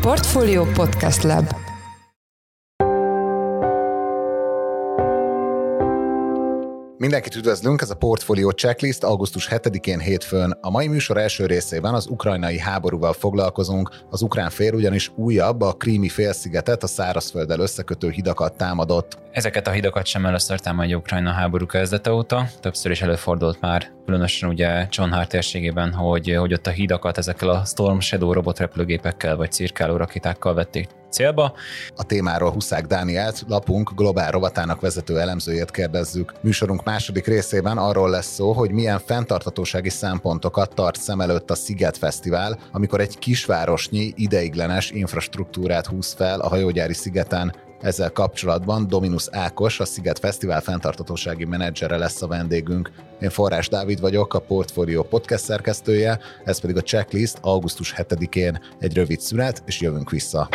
Portfolio Podcast Lab. Mindenkit üdvözlünk, ez a Portfolio Checklist augusztus 7-én hétfőn. A mai műsor első részében az ukrajnai háborúval foglalkozunk, az ukrán fél ugyanis újabb, a krími félszigetet a szárazfölddel összekötő hidakat támadott. Ezeket a hidakat sem először támadja Ukrajna háború kezdete óta, többször is előfordult már, különösen ugye Csonhár térségében, hogy ott a hidakat ezekkel a Storm Shadow robotrepülőgépekkel vagy cirkáló rakétákkal vették célba. A témáról Huszák Dánielt, lapunk globál rovatának vezető elemzőjét kérdezzük. Műsorunk második részében arról lesz szó, hogy milyen fenntarthatósági szempontokat tart szem előtt a Sziget Fesztivál, amikor egy kisvárosnyi ideiglenes infrastruktúrát húz fel a hajógyári szigeten. Ezzel kapcsolatban Dominus Ákos, a Sziget Fesztivál fenntarthatósági menedzsere lesz a vendégünk. Én Forrás Dávid vagyok, a Portfolio podcast szerkesztője, ez pedig a Checklist augusztus 7-én. Egy rövid szünet, és jövünk vissza.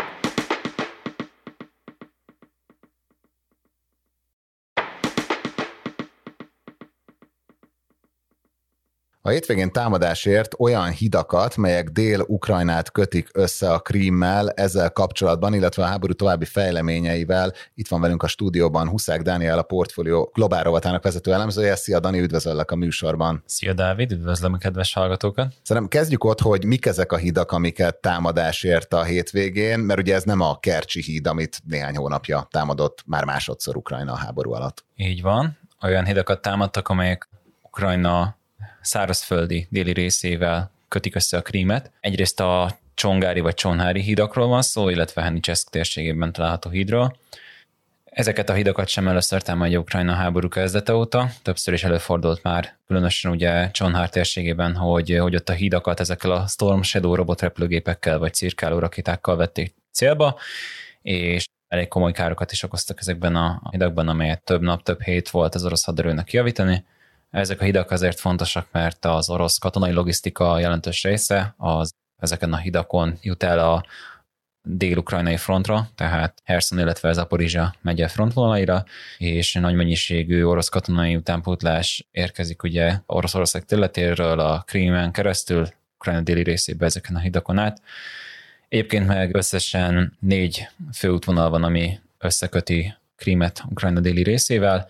A hétvégén támadásért olyan hidakat, melyek Dél-Ukrajnát kötik össze a Krímmel, ezzel kapcsolatban, illetve a háború további fejleményeivel itt van velünk a stúdióban Huszák Dániel, a Portfolio globál rovatának vezető elemzője. Szia Dani, üdvözöllek a műsorban. Szia Dávid, üdvözlöm a kedves hallgatókat. Szerintem kezdjük ott, hogy mik ezek a hidak, amiket támadásért a hétvégén, mert ugye ez nem a Kercsi híd, amit néhány hónapja támadott már másodszor Ukrajna a háború alatt. Így van, olyan hidakat támadtak, amelyek Ukrajna szárazföldi déli részével kötik össze a Krímet. Egyrészt a Csongári vagy Csonhári hídakról van szó, illetve Hennicseszk térségében található hídról. Ezeket a hidakat sem először támadja Ukrajna háború kezdete óta, többször is előfordult már, különösen ugye Csonhár térségében, hogy ott a hidakat ezekkel a Storm Shadow robotrepülőgépekkel vagy cirkáló rakétákkal vették célba, és elég komoly károkat is okoztak ezekben a hidakban, amelyet több nap, több hét volt az orosz hadserőnek kijavítani. Ezek a hidak azért fontosak, mert az orosz katonai logisztika jelentős része az ezeken a hidakon jut el a dél-ukrajnai frontra, tehát Herson, illetve Zaporizsja megye frontvonalaira, és nagy mennyiségű orosz katonai utánpótlás érkezik ugye Oroszország területéről a Krímen keresztül, Ukrajna déli részébe ezeken a hidakon át. Egyébként meg összesen 4 főútvonal van, ami összeköti Krímet Ukrajna déli részével,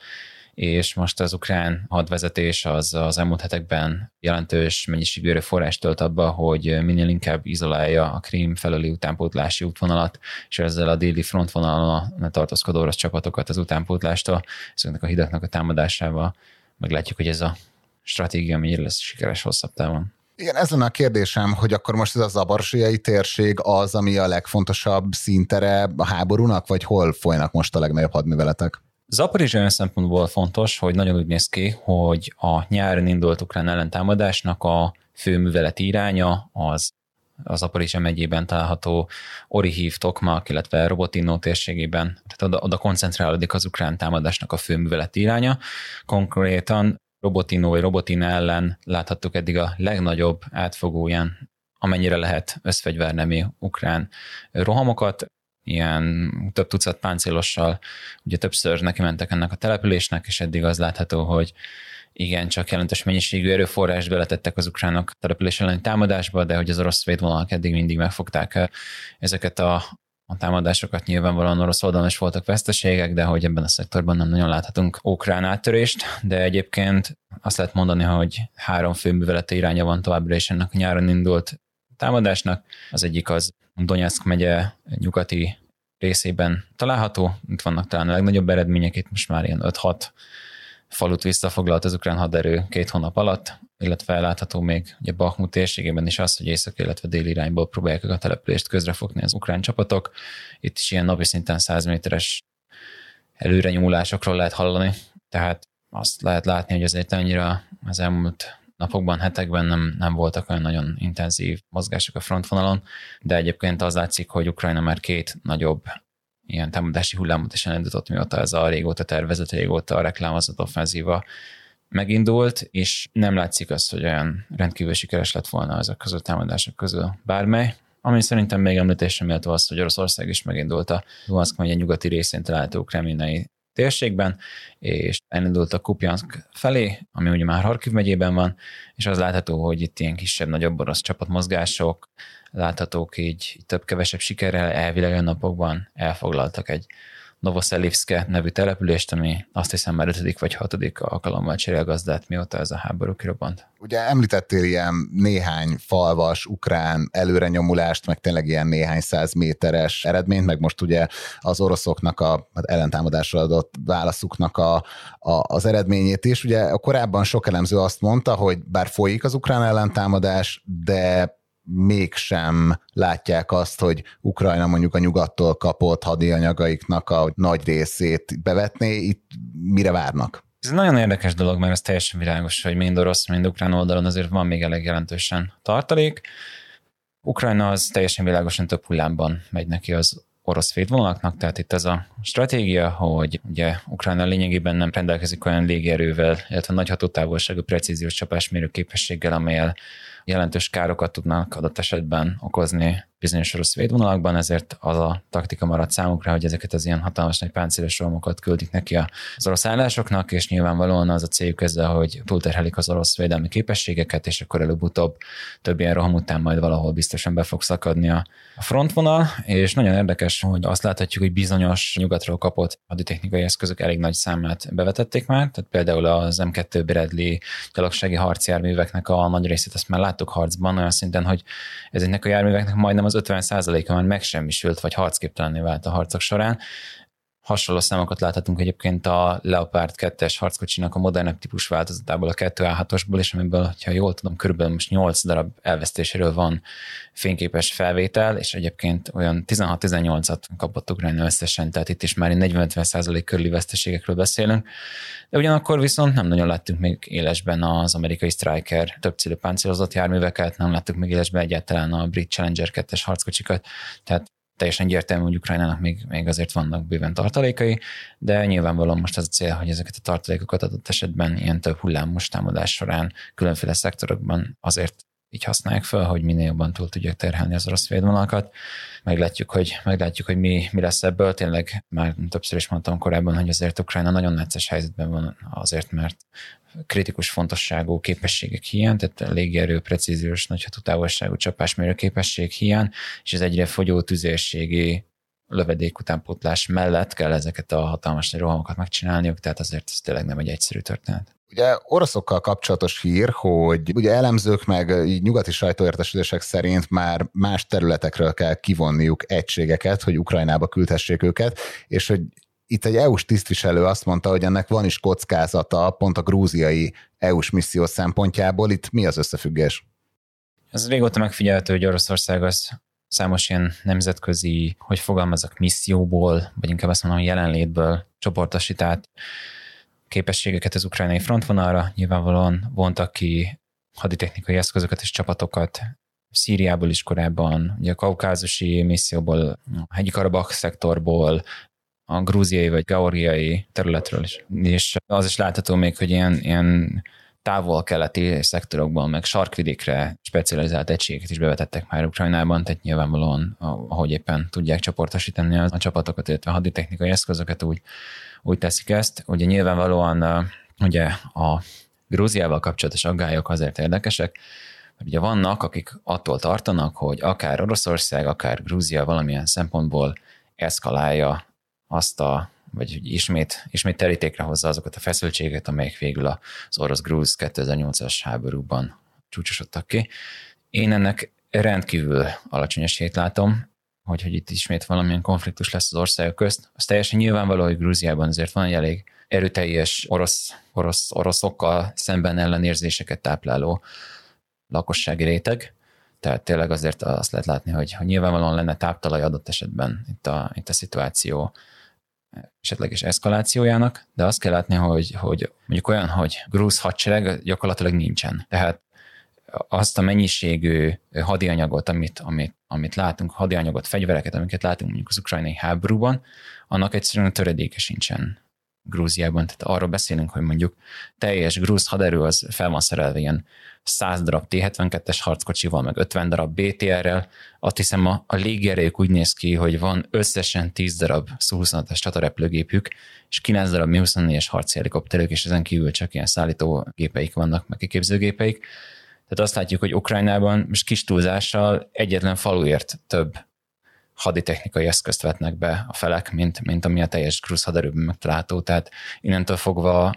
és most az ukrán hadvezetés az elmúlt hetekben jelentős mennyiségű erőforrást tölt abba, hogy minél inkább izolálja a Krím felőli utánpótlási útvonalat, és ezzel a déli frontvonalon a tartózkodó orosz csapatokat az utánpótlástól, ezeknek a hidaknak a támadásával meglátjuk, hogy ez a stratégia mennyire lesz sikeres hosszabb távon. Igen, ez lenne a kérdésem, hogy akkor most ez a zaporizsjai térség az, ami a legfontosabb színtere a háborúnak, vagy hol folynak most a legnagyobb hadműveletek? Zaporizsja olyan szempontból fontos, hogy nagyon úgy néz ki, hogy a nyáron indult ukrán ellentámadásnak a fő műveleti iránya az Zaporizsja megyében található Orihiv, Tokmak, illetve Robotyno térségében, tehát oda koncentrálódik az ukrán támadásnak a fő műveleti iránya. Konkrétan Robotyno vagy Robotyne ellen láthattuk eddig a legnagyobb átfogó ilyen, amennyire lehet összfegyvernemi ukrán rohamokat, ilyen több tucat páncélossal, ugye többször neki mentek ennek a településnek, és eddig az látható, hogy igen, csak jelentős mennyiségű erőforrást beletettek az ukránok település elleni támadásba, de hogy az orosz védvonalak eddig mindig megfogták ezeket a támadásokat. Nyilvánvalóan orosz oldalon is voltak veszteségek, de hogy ebben a szektorban nem nagyon láthatunk ukrán áttörést, de egyébként azt lehet mondani, hogy 3 fő műveleti iránya van továbbra is ennek a nyáron indult támadásnak. Az egyik az Donetszk megye nyugati részében található. Itt vannak talán a legnagyobb eredmények, itt most már ilyen 5-6 falut visszafoglalt az ukrán haderő 2 hónap alatt, illetve látható még ugye Bakhmut térségében is az, hogy észak, illetve déli irányból próbálják a települést közrefogni az ukrán csapatok. Itt is ilyen napi szinten 100 méteres előrenyúlásokról lehet hallani, tehát azt lehet látni, hogy azért annyira az elmúlt napokban, hetekben nem voltak olyan nagyon intenzív mozgások a frontvonalon, de egyébként az látszik, hogy Ukrajna már 2 nagyobb ilyen támadási hullámot is elindított, mióta ez a régóta tervezett, régóta a reklámozott offenzíva megindult, és nem látszik az, hogy olyan rendkívül sikeres lett volna ezek közül támadások közül bármely. Ami szerintem még említésre méltó az, hogy Oroszország is megindult a Luhanszk megye nyugati részén található kremlinai térségben, és elindult a Kupjanszk felé, ami ugye már Harkiv megyében van, és az látható, hogy itt ilyen kisebb-nagyobb orosz csapatmozgások láthatók, így több-kevesebb sikerrel elvileg a napokban elfoglaltak egy Novoszelivszke nevű települést, ami azt hiszem már 5. vagy 6. alkalommal cserél gazdát, mióta ez a háború kirobbant. Ugye említettél ilyen néhány falvas, ukrán előrenyomulást, meg tényleg ilyen néhány 100 méteres eredményt, meg most ugye az oroszoknak a ellentámadásra adott válaszuknak az eredményét is. Ugye korábban sok elemző azt mondta, hogy bár folyik az ukrán ellentámadás, de mégsem látják azt, hogy Ukrajna mondjuk a nyugattól kapott hadianyagaiknak a nagy részét bevetné. Itt mire várnak? Ez nagyon érdekes dolog, mert ez teljesen világos, hogy mind orosz, mind ukrán oldalon azért van még elég jelentősen tartalék. Ukrajna az teljesen világosan több hullámban megy neki az orosz védvonalaknak, tehát itt ez a stratégia, hogy ugye Ukrajna lényegében nem rendelkezik olyan légierővel, illetve nagy hatótávolságú precíziós csapásmérő képességgel, amelyel jelentős károkat tudnak adott esetben okozni bizonyos orosz védvonalakban, ezért az a taktika maradt számukra, hogy ezeket az ilyen hatalmas nagy páncélos rohamokat küldik neki az orosz állásoknak, és nyilvánvalóan az a céljuk ezzel, hogy túlterhelik az orosz védelmi képességeket, és akkor előbb-utóbb több ilyen roham után majd valahol biztosan be fog szakadni a frontvonal, és nagyon érdekes, hogy azt láthatjuk, hogy bizonyos nyugatról kapott haditechnikai eszközök elég nagy számát bevetették már, tehát például az M2 Bradley gyalogsági harcjárműveknek a nagy részét azt már láttuk harcban, olyan szinten, hogy ezeknek a járműveknek majdnem az 50%-a már megsemmisült, vagy harcképtelenné vált a harcok során. Hasonló számokat láthatunk egyébként a Leopard 2-es harckocsinak a modernebb típus változatából, a 2A6-osból, és amiből, ha jól tudom, körülbelül most 8 darab elvesztéséről van fényképes felvétel, és egyébként olyan 16-18-at kapott Ukrajna összesen, tehát itt is már 40-50% körüli veszteségekről beszélünk. De ugyanakkor viszont nem nagyon láttunk még élesben az amerikai Stryker többcélű páncélozott járműveket, nem láttuk még élesben egyáltalán a brit Challenger 2-es harckocsikat, tehát teljesen egyértelmű, hogy Ukrajnának még azért vannak bőven tartalékai, de nyilvánvalóan most az a cél, hogy ezeket a tartalékokat adott esetben ilyen több hullámos támadás során különféle szektorokban azért így használják fel, hogy minél jobban túl tudják terhelni az orosz védvonalakat. Meglátjuk, hogy mi lesz ebből. Tényleg már többször is mondtam korábban, hogy azért Ukrajna nagyon necces helyzetben van azért, mert kritikus fontosságú képességek hiány, tehát légierő, precíziós, nagy hatótávolságú csapásmérő képesség hiány, és az egyre fogyó tüzérségi lövedék utánpótlás mellett kell ezeket a hatalmas rohamokat megcsinálniuk, tehát azért ez tényleg nem egy egyszerű történet. Ugye oroszokkal kapcsolatos hír, hogy ugye elemzők meg így nyugati sajtóértesülések szerint már más területekről kell kivonniuk egységeket, hogy Ukrajnába küldhessék őket, és hogy itt egy EU-s tisztviselő azt mondta, hogy ennek van is kockázata pont a grúziai EU-s misszió szempontjából. Itt mi az összefüggés? Ez régóta megfigyelhető, hogy Oroszország az számos ilyen nemzetközi, hogy fogalmazok, misszióból, vagy inkább azt mondom, jelenlétből csoportosít át képességeket az ukrajnai frontvonalra. Nyilvánvalóan vontak ki haditechnikai eszközöket és csapatokat Szíriából is korábban, ugye a kaukázusi misszióból, a hegyi Karabakh szektorból, a grúziai vagy georgiai területről is. És az is látható még, hogy ilyen távol-keleti szektorokból, meg sarkvidékre specializált egységeket is bevetettek már Ukrajnában, tehát nyilvánvalóan, ahogy éppen tudják csoportosítani a csapatokat, illetve a haditechnikai eszközöket, úgy teszik ezt. Ugye nyilvánvalóan ugye a Grúziával kapcsolatos aggályok azért érdekesek, mert ugye vannak, akik attól tartanak, hogy akár Oroszország, akár Grúzia valamilyen szempontból eszkalálja vagy hogy ismét terítékre hozza azokat a feszültségeket, amelyek végül az orosz-grúz 2008-as háborúban csúcsosodtak ki. Én ennek rendkívül alacsony esélyt látom, hogy itt ismét valamilyen konfliktus lesz az országok közt. Az teljesen nyilvánvaló, hogy Grúziában azért van egy elég erőteljes oroszokkal szemben ellenérzéseket tápláló lakossági réteg. Tehát tényleg azért azt lehet látni, hogy nyilvánvalóan lenne táptalaj adott esetben itt a szituáció esetleges eszkalációjának, de azt kell látni, hogy mondjuk olyan, hogy grúz hadsereg gyakorlatilag nincsen. Tehát azt a mennyiségű hadianyagot, amit látunk, hadianyagot, fegyvereket, amiket látunk mondjuk az ukrajnai háborúban, annak egyszerűen a töredéke sincsen Grúziában. Tehát arról beszélünk, hogy mondjuk teljes grúz haderő az fel van szerelve ilyen 100 darab T-72-es harckocsival, meg 50 darab BTR-rel. Azt hiszem a légierejük úgy néz ki, hogy van összesen 10 darab Su-25-es csatarepülőgépük, és 9 darab Mi-24-es harci helikopterük, és ezen kívül csak ilyen szállítógépeik vannak, meg kiképzőgépeik. Tehát azt látjuk, hogy Ukrajnában most kis túlzással egyetlen faluért több haditechnikai eszközt vetnek be a felek, mint ami a teljes grúz haderőben megtalálható. Tehát innentől fogva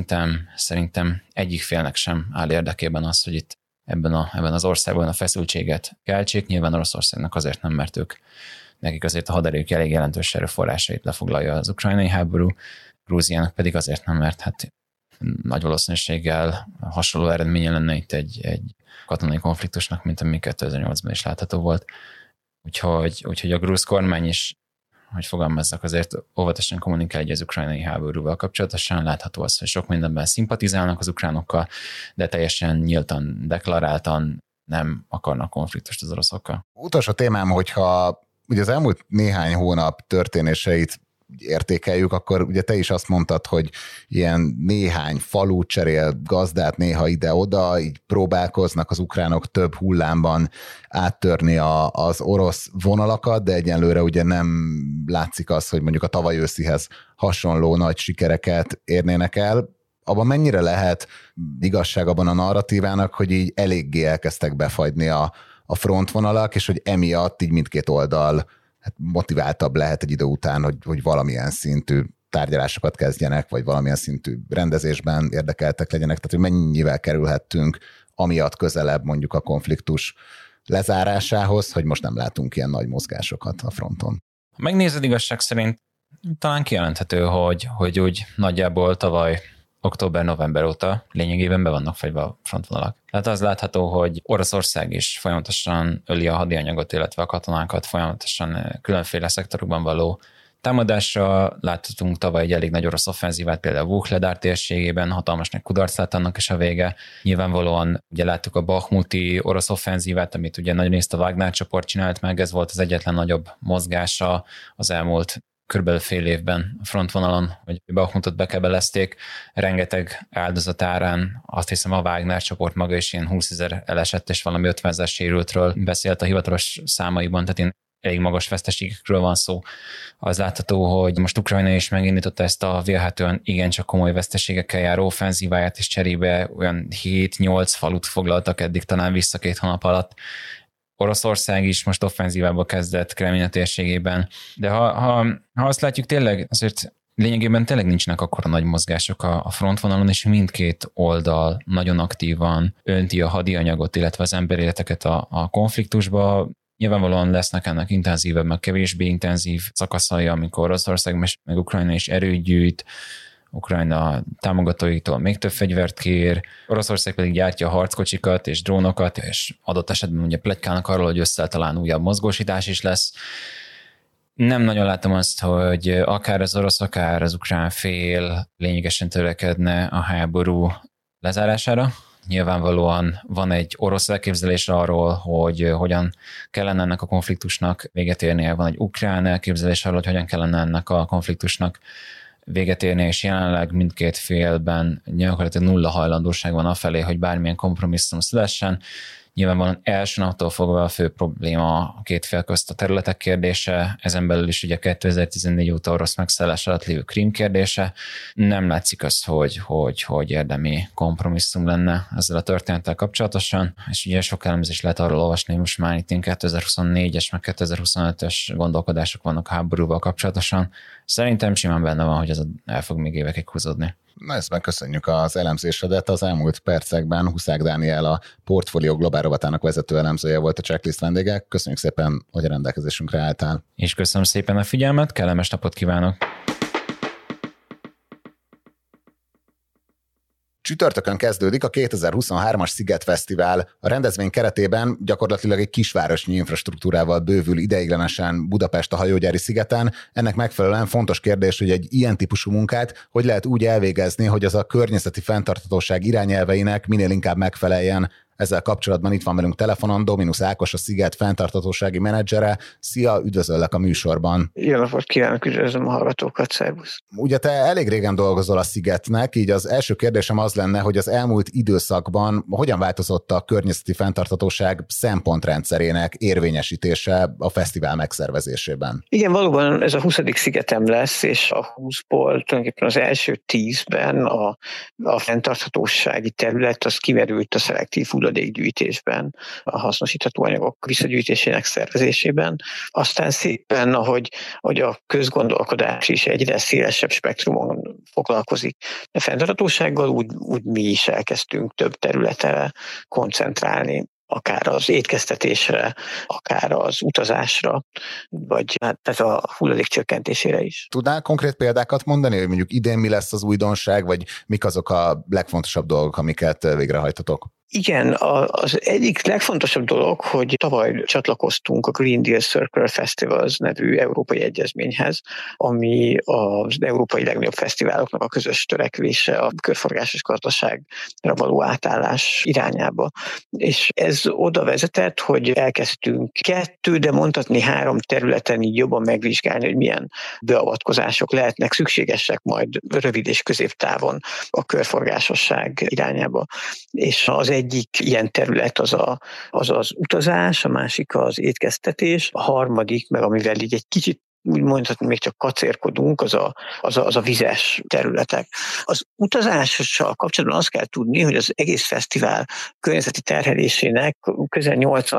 szerintem egyik félnek sem áll érdekében az, hogy itt ebben az országban a feszültséget keltsék. Nyilván Oroszországnak azért nem, mert nekik azért a haderők elég jelentős erőforrásait lefoglalja az ukrajnai háború, Grúziának pedig azért nem, mert hát nagy valószínűséggel hasonló eredménye lenne itt egy katonai konfliktusnak, mint ami 2008-ban is látható volt. Úgyhogy a grúz kormány is, hogy fogalmazzak, azért óvatosan kommunikálja az ukrajnai háborúval kapcsolatosan. Látható az, hogy sok mindenben szimpatizálnak az ukránokkal, de teljesen nyíltan, deklaráltan nem akarnak konfliktust az oroszokkal. Utolsó témám, hogyha ugye az elmúlt néhány hónap történéseit értékeljük, akkor ugye te is azt mondtad, hogy ilyen néhány falu cserél gazdát néha ide-oda, így próbálkoznak az ukránok több hullámban áttörni az orosz vonalakat, de egyenlőre ugye nem látszik az, hogy mondjuk a tavaly őszihez hasonló nagy sikereket érnének el. Abban mennyire lehet igazság abban a narratívának, hogy így eléggé elkezdtek befagyni a frontvonalak, és hogy emiatt így mindkét oldal motiváltabb lehet egy idő után, hogy valamilyen szintű tárgyalásokat kezdjenek, vagy valamilyen szintű rendezésben érdekeltek legyenek, tehát hogy mennyivel kerülhettünk amiatt közelebb mondjuk a konfliktus lezárásához, hogy most nem látunk ilyen nagy mozgásokat a fronton. Ha megnézed, igazság szerint talán kijelenthető, hogy úgy nagyjából tavaly október-november óta lényegében be vannak fagyva a frontvonalak. Tehát az látható, hogy Oroszország is folyamatosan öli a hadianyagot, illetve a katonákat folyamatosan különféle szektorokban való támadásra. Láthatunk tavaly egy elég nagy orosz offenzívát, például a Vuhledar térségében, hatalmas nagy kudarc lett annak is a vége. Nyilvánvalóan ugye láttuk a Bakhmuti orosz offenzívát, amit ugye nagy részt a Wagner csoport csinált meg, ez volt az egyetlen nagyobb mozgása az elmúlt körülbelül fél évben a frontvonalon, hogy Bakhmutot bekebelezték, rengeteg áldozat árán, azt hiszem a Wagner csoport maga is ilyen 20 000 elesett és valami 50 000 sérültről beszélt a hivatalos számaiban, tehát én elég magas veszteségekről van szó. Az látható, hogy most Ukrajna is megindította ezt a vélhetően igencsak komoly veszteségekkel járó offenzíváját, és cserébe olyan 7-8 falut foglaltak eddig talán vissza 2 hónap alatt. Oroszország is most offenzívába kezdett Kremlin térségében, de ha azt látjuk, tényleg azért lényegében tényleg nincsenek akkora nagy mozgások a frontvonalon, és mindkét oldal nagyon aktívan önti a hadianyagot, illetve az emberéleteket a konfliktusba. Nyilvánvalóan lesznek ennek intenzívebb, meg kevésbé intenzív szakaszai, amikor Oroszország meg Ukrajna is erőt gyűjt, Ukrajna támogatóitól még több fegyvert kér, Oroszország pedig gyártja a harckocsikat és drónokat, és adott esetben ugye pletykálnak arról, hogy össze talán újabb mozgósítás is lesz. Nem nagyon látom azt, hogy akár az orosz, akár az ukrán fél lényegesen törekedne a háború lezárására. Nyilvánvalóan van egy orosz elképzelés arról, hogy hogyan kellene ennek a konfliktusnak véget érnie, van egy ukrán elképzelés arról, hogy hogyan kellene ennek a konfliktusnak véget érni, és jelenleg mindkét félben gyakorlatilag nulla hajlandóság van afelé, hogy bármilyen kompromisszum szülessen. Nyilvánvalóan első naptól fogva a fő probléma a két fél közt a területek kérdése, ezen belül is ugye 2014 óta orosz megszállás alatt lévő Krím kérdése. Nem látszik azt, hogy érdemi kompromisszum lenne ezzel a történettel kapcsolatosan, és ugye sok elemzést lehet arról olvasni, hogy most már itt 2024-es, meg 2025-ös gondolkodások vannak a háborúval kapcsolatosan. Szerintem simán benne van, hogy ez el fog még évekig húzódni. Na, ezt megköszönjük az elemzésedet. Az elmúlt percekben Huszák Dániel, a Portfolio Globál rovatának vezető elemzője volt a Checklist vendége. Köszönjük szépen, hogy a rendelkezésünkre álltál. És köszönöm szépen a figyelmet, kellemes napot kívánok! Csütörtökön kezdődik a 2023-as Sziget Fesztivál. A rendezvény keretében gyakorlatilag egy kisvárosnyi infrastruktúrával bővül ideiglenesen Budapest a hajógyári szigeten. Ennek megfelelően fontos kérdés, hogy egy ilyen típusú munkát hogy lehet úgy elvégezni, hogy az a környezeti fenntarthatóság irányelveinek minél inkább megfeleljen. Ezzel kapcsolatban itt van velünk telefonon Dominus Ákos, a Sziget fenntarthatósági menedzsere. Szia, üdvözöllek a műsorban. Jó napot kívánok, üdvözlöm a hallgatókat, szervusz. Ugye te elég régen dolgozol a Szigetnek, így az első kérdésem az lenne, hogy az elmúlt időszakban hogyan változott a környezeti fenntarthatóság szempontrendszerének érvényesítése a fesztivál megszervezésében? Igen, valóban ez a 20. szigetem lesz, és a 20-ból tulajdonképpen az első 10-ben a fenntarthatósági terület az kimerült a szelektív hulladékgyűjtésben, a hasznosítható anyagok visszagyűjtésének szervezésében. Aztán szépen, ahogy a közgondolkodás is egyre szélesebb spektrumon foglalkozik a fenntarthatósággal, úgy mi is elkezdtünk több területre koncentrálni, akár az étkeztetésre, akár az utazásra, vagy tehát a hulladék csökkentésére is. Tudnál konkrét példákat mondani, hogy mondjuk idén mi lesz az újdonság, vagy mik azok a legfontosabb dolgok, amiket végrehajtatok? Igen, az egyik legfontosabb dolog, hogy tavaly csatlakoztunk a Green Deal Circular Festivals nevű európai egyezményhez, ami az európai legnagyobb fesztiváloknak a közös törekvése a körforgásos gazdaságra való átállás irányába. És ez oda vezetett, hogy elkezdtünk 2, de mondhatni 3 területen így jobban megvizsgálni, hogy milyen beavatkozások lehetnek szükségesek majd rövid és középtávon a körforgásosság irányába. És az egyik ilyen terület az utazás, a másik az étkeztetés, a harmadik, meg amivel így egy kicsit úgy mondhatni, még csak kacérkodunk, az a vizes területek. Az utazással kapcsolatban azt kell tudni, hogy az egész fesztivál környezeti terhelésének közel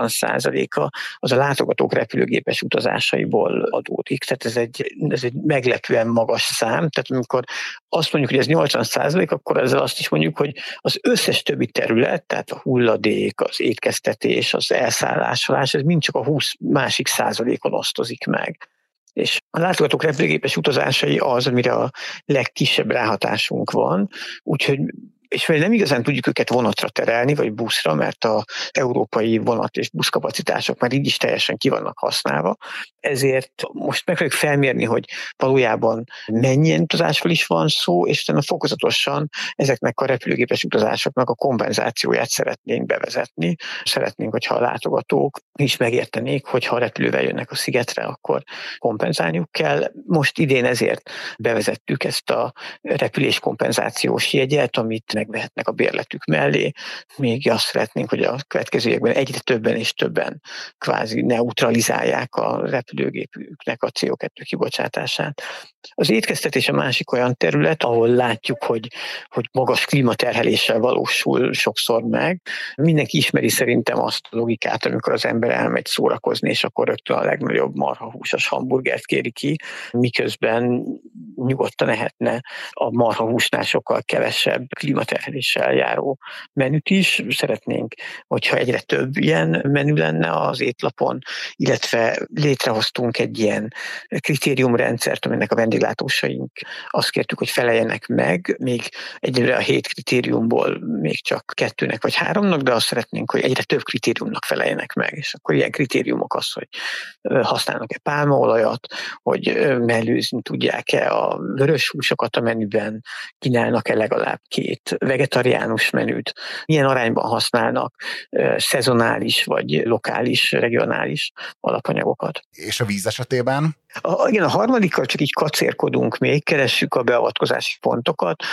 80%-a az a látogatók repülőgépes utazásaiból adódik. Tehát ez egy meglepően magas szám. Tehát amikor azt mondjuk, hogy ez 80%, akkor ezzel azt is mondjuk, hogy az összes többi terület, tehát a hulladék, az étkeztetés, az elszállásolás, ez mind csak a 20 másik százalékon osztozik meg. És a látogatók repülőgépes utazásai az, amire a legkisebb ráhatásunk van, úgyhogy és nem igazán tudjuk őket vonatra terelni, vagy buszra, mert az európai vonat és buszkapacitások már így is teljesen ki vannak használva. Ezért most meg fogjuk felmérni, hogy valójában mennyi utazásról is van szó, és utána fokozatosan ezeknek a repülőgépes utazásoknak a kompenzációját szeretnénk bevezetni. Szeretnénk, hogyha a látogatók is megértenék, hogy ha a repülővel jönnek a szigetre, akkor kompenzálniuk kell. Most idén ezért bevezettük ezt a repülés kompenzációs jegyet, amit megvehetnek a bérletük mellé. Még azt szeretnénk, hogy a következő években egyre többen és többen kvázi neutralizálják a repülőgépüknek a CO2 kibocsátását. Az étkeztetés a másik olyan terület, ahol látjuk, hogy magas klímaterheléssel valósul sokszor meg. Mindenki ismeri szerintem azt a logikát, amikor az ember elmegy szórakozni, és akkor rögtön a legnagyobb marhahúsos hamburgert kéri ki, miközben nyugodtan ehetne a marhahúsnál sokkal kevesebb klímaterheléssel járó menüt is. Szeretnénk, hogyha egyre több ilyen menü lenne az étlapon, illetve létrehoztunk egy ilyen kritériumrendszert, aminek a vendéglátósaink azt kértük, hogy feleljenek meg, még egyre a 7 kritériumból még csak 2-nek vagy 3-nak, de azt szeretnénk, hogy egyre több kritériumnak feleljenek meg, és akkor ilyen kritériumok az, hogy használnak-e pálmaolajat, hogy mellőzni tudják-e a vörös húsokat a menüben, kínálnak-e legalább 2 vegetariánus menüt, milyen arányban használnak szezonális vagy lokális, regionális alapanyagokat. És a víz esetében? Igen, a harmadikkal csak így kacérkodunk még, keressük a beavatkozási pontokat,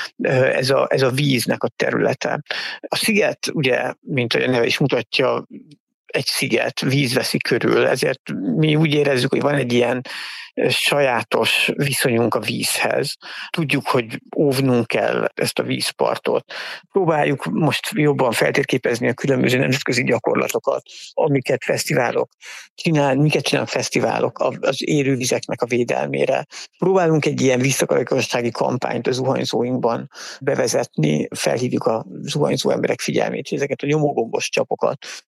ez a víznek a területe. A sziget, ugye, mint a neve is mutatja, egy sziget, víz veszi körül, ezért mi úgy érezzük, hogy van egy ilyen sajátos viszonyunk a vízhez. Tudjuk, hogy óvnunk kell ezt a vízpartot. Próbáljuk most jobban feltérképezni a különböző nemzetközi gyakorlatokat, amiket fesztiválok csinálnak, miket csinálnak fesztiválok az élővizeknek a védelmére. Próbálunk egy ilyen visszatakarékossági kampányt a zuhanyzóinkban bevezetni, felhívjuk a zuhanyzó emberek figyelmét, hogy ezeket a nyomógombos csapokat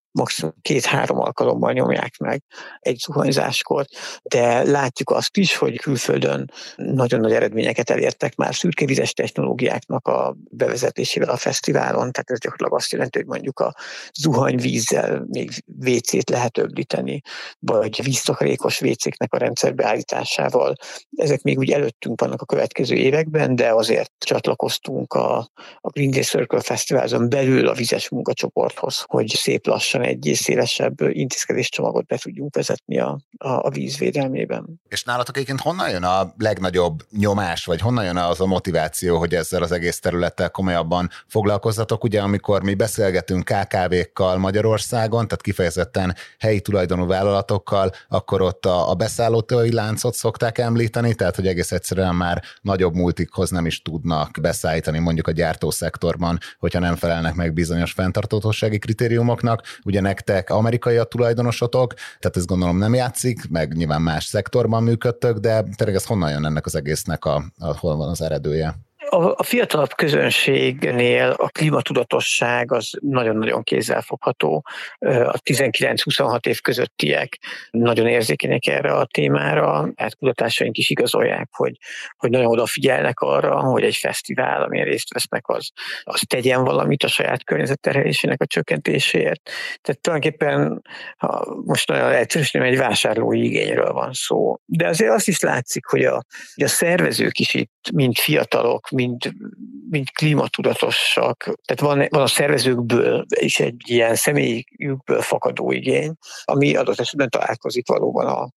maximum 2-3 alkalommal nyomják meg egy zuhanyzáskor, de látjuk azt is, hogy külföldön nagyon nagy eredményeket elértek már szürkevizes technológiáknak a bevezetésével a fesztiválon, tehát ez gyakorlatilag azt jelenti, hogy mondjuk a zuhanyvízzel még WC-t lehet öblíteni, vagy víztakarékos WC-knek a rendszerbeállításával. Ezek még úgy előttünk vannak a következő években, de azért csatlakoztunk a Green Day Circle Fesztiválon belül a vizes munkacsoporthoz, hogy szép lassan egy szélesebb intézkedéscsomagot be tudjunk vezetni a víz védelmében. És nálatok egyébként honnan jön a legnagyobb nyomás, vagy honnan jön az a motiváció, hogy ezzel az egész területtel komolyabban foglalkozzatok? Ugye amikor mi beszélgetünk KKV-kkal Magyarországon, tehát kifejezetten helyi tulajdonú vállalatokkal, akkor ott a beszállítói láncot szokták említeni, tehát hogy egész egyszerűen már nagyobb multikhoz nem is tudnak beszállítani mondjuk a gyártószektorban, hogyha nem felelnek meg bizonyos fenntarthatósági kritériumoknak. Ugye nektek amerikai a tulajdonosotok, tehát ezt gondolom nem játszik, meg nyilván más szektorban működtök, de tényleg ez honnan jön ennek az egésznek, hol van az eredője? A fiatalabb közönségnél a klímatudatosság az nagyon-nagyon kézzelfogható. A 19-26 év közöttiek nagyon érzékenyek erre a témára, hát kutatásaink is igazolják, hogy nagyon odafigyelnek arra, hogy egy fesztivál, amin részt vesznek, az tegyen valamit a saját környezetterhelésének a csökkentéséért. Tehát tulajdonképpen, most nagyon egyszerűen egy vásárlói igényről van szó. De azért azt is látszik, hogy a szervezők is itt, mint fiatalok, mint klímatudatosak. Tehát van a szervezőkből is egy ilyen személyükből fakadó igény, ami adott esetben találkozik valóban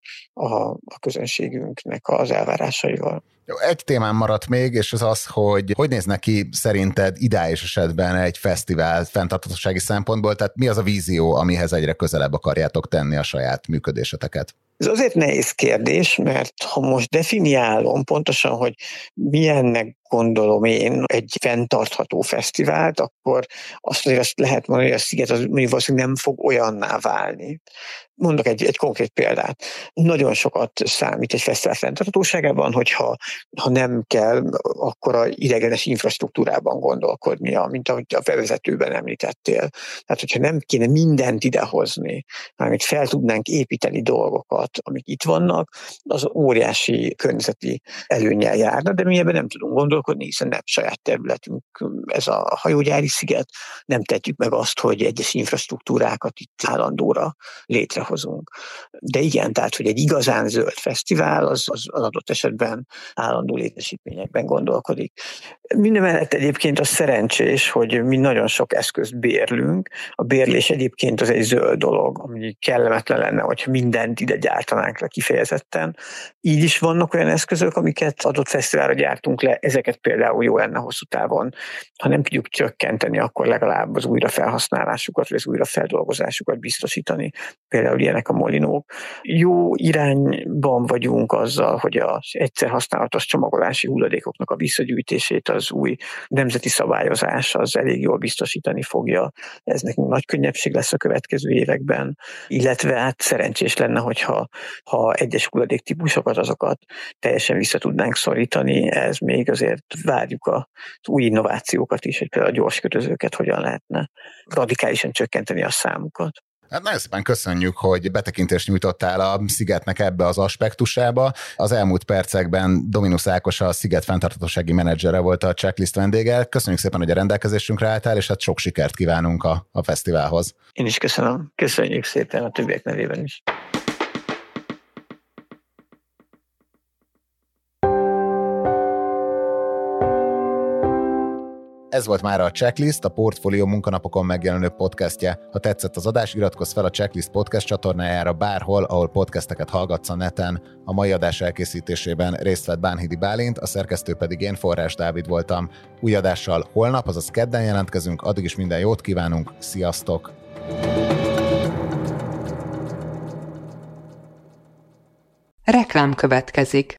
a közönségünknek az elvárásaival. Jó, egy témán maradt még, és az, hogy néznek ki szerinted ideális esetben egy fesztivál fenntarthatósági szempontból, tehát mi az a vízió, amihez egyre közelebb akarjátok tenni a saját működéseteket? Ez azért nehéz kérdés, mert ha most definiálom pontosan, hogy milyennek gondolom én egy fenntartható fesztivált, akkor azt lehet mondani, hogy a Sziget az valószínűleg nem fog olyanná válni. Mondok egy konkrét példát. Nagyon sokat számít egy fesztivál fenntarthatóságában, hogyha nem kell akkora ideiglenes infrastruktúrában gondolkodnia, mint ahogy a bevezetőben említettél. Tehát, hogyha nem kéne mindent idehozni, hanem fel tudnánk építeni dolgokat, amik itt vannak, az óriási környezeti előnnyel járna, de mi ebben nem tudunk gondolkodni, hiszen nem saját területünk ez a hajógyári sziget, nem tehetjük meg azt, hogy egyes infrastruktúrákat itt állandóra létrehozunk. De igen, tehát, hogy egy igazán zöld fesztivál, az adott esetben állandó létesítményekben gondolkodik. Mindemellett egyébként az szerencsés, hogy mi nagyon sok eszközt bérlünk. A bérlés egyébként az egy zöld dolog, ami kellemetlen lenne, hogyha mindent ide gyártanánk le kifejezetten. Így is vannak olyan eszközök, amiket adott fesztiválra gyártunk le, ezeket például jó lenne hosszú távon. Ha nem tudjuk csökkenteni, akkor legalább az újrafelhasználásukat, vagy az újrafeldolgozásukat biztosítani. Például ilyenek a molinók. Jó irányban vagyunk azzal, hogy az egyszer használatos csomagolási hulladékoknak a visszagyűjtését az új nemzeti szabályozás az elég jól biztosítani fogja. Ez nekünk nagy könnyebbség lesz a következő években, illetve hát szerencsés lenne, hogyha egyes hulladéktípusokat, azokat teljesen vissza tudnánk szorítani. Ez még azért várjuk az új innovációkat is, hogy például a gyors kötözőket hogyan lehetne radikálisan csökkenteni a számukat. Hát nagyon szépen köszönjük, hogy betekintést nyújtottál a Szigetnek ebbe az aspektusába. Az elmúlt percekben Dominus Ákos, a Sziget fenntarthatósági menedzsere volt a Checklist vendége. Köszönjük szépen, hogy a rendelkezésünkre álltál, és hát sok sikert kívánunk a fesztiválhoz. Én is köszönöm. Köszönjük szépen a többiek nevében is. Ez volt már a Checklist, a Portfolio munkanapokon megjelenő podcastje. Ha tetszett az adás, iratkozz fel a Checklist podcast csatornájára bárhol, ahol podcasteket hallgatsz a neten. A mai adás elkészítésében részt vett Bánhidi Bálint, a szerkesztő pedig én, Forrás Dávid voltam. Új adással holnap, azaz kedden jelentkezünk, addig is minden jót kívánunk, sziasztok! Reklám következik.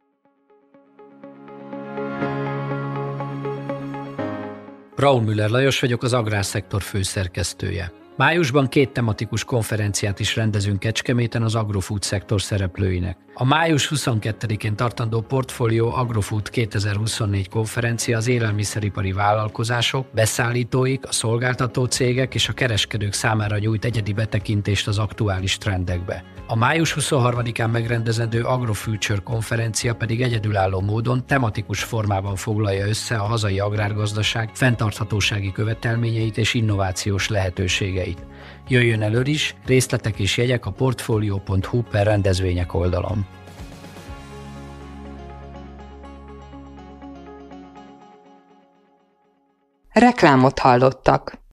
Braun Müller Lajos vagyok, az Agrárszektor főszerkesztője. Májusban 2 tematikus konferenciát is rendezünk Kecskeméten az agrofood szektor szereplőinek. A május 22-én tartandó Portfolio Agrofood 2024 konferencia az élelmiszeripari vállalkozások, beszállítóik, a szolgáltató cégek és a kereskedők számára nyújt egyedi betekintést az aktuális trendekbe. A május 23-án megrendezendő AgroFuture konferencia pedig egyedülálló módon tematikus formában foglalja össze a hazai agrárgazdaság fenntarthatósági követelményeit és innovációs lehetőségeit. Jöjjön elő is, részletek és jegyek a portfolio.hu/rendezvények oldalon. Reklámot hallottak.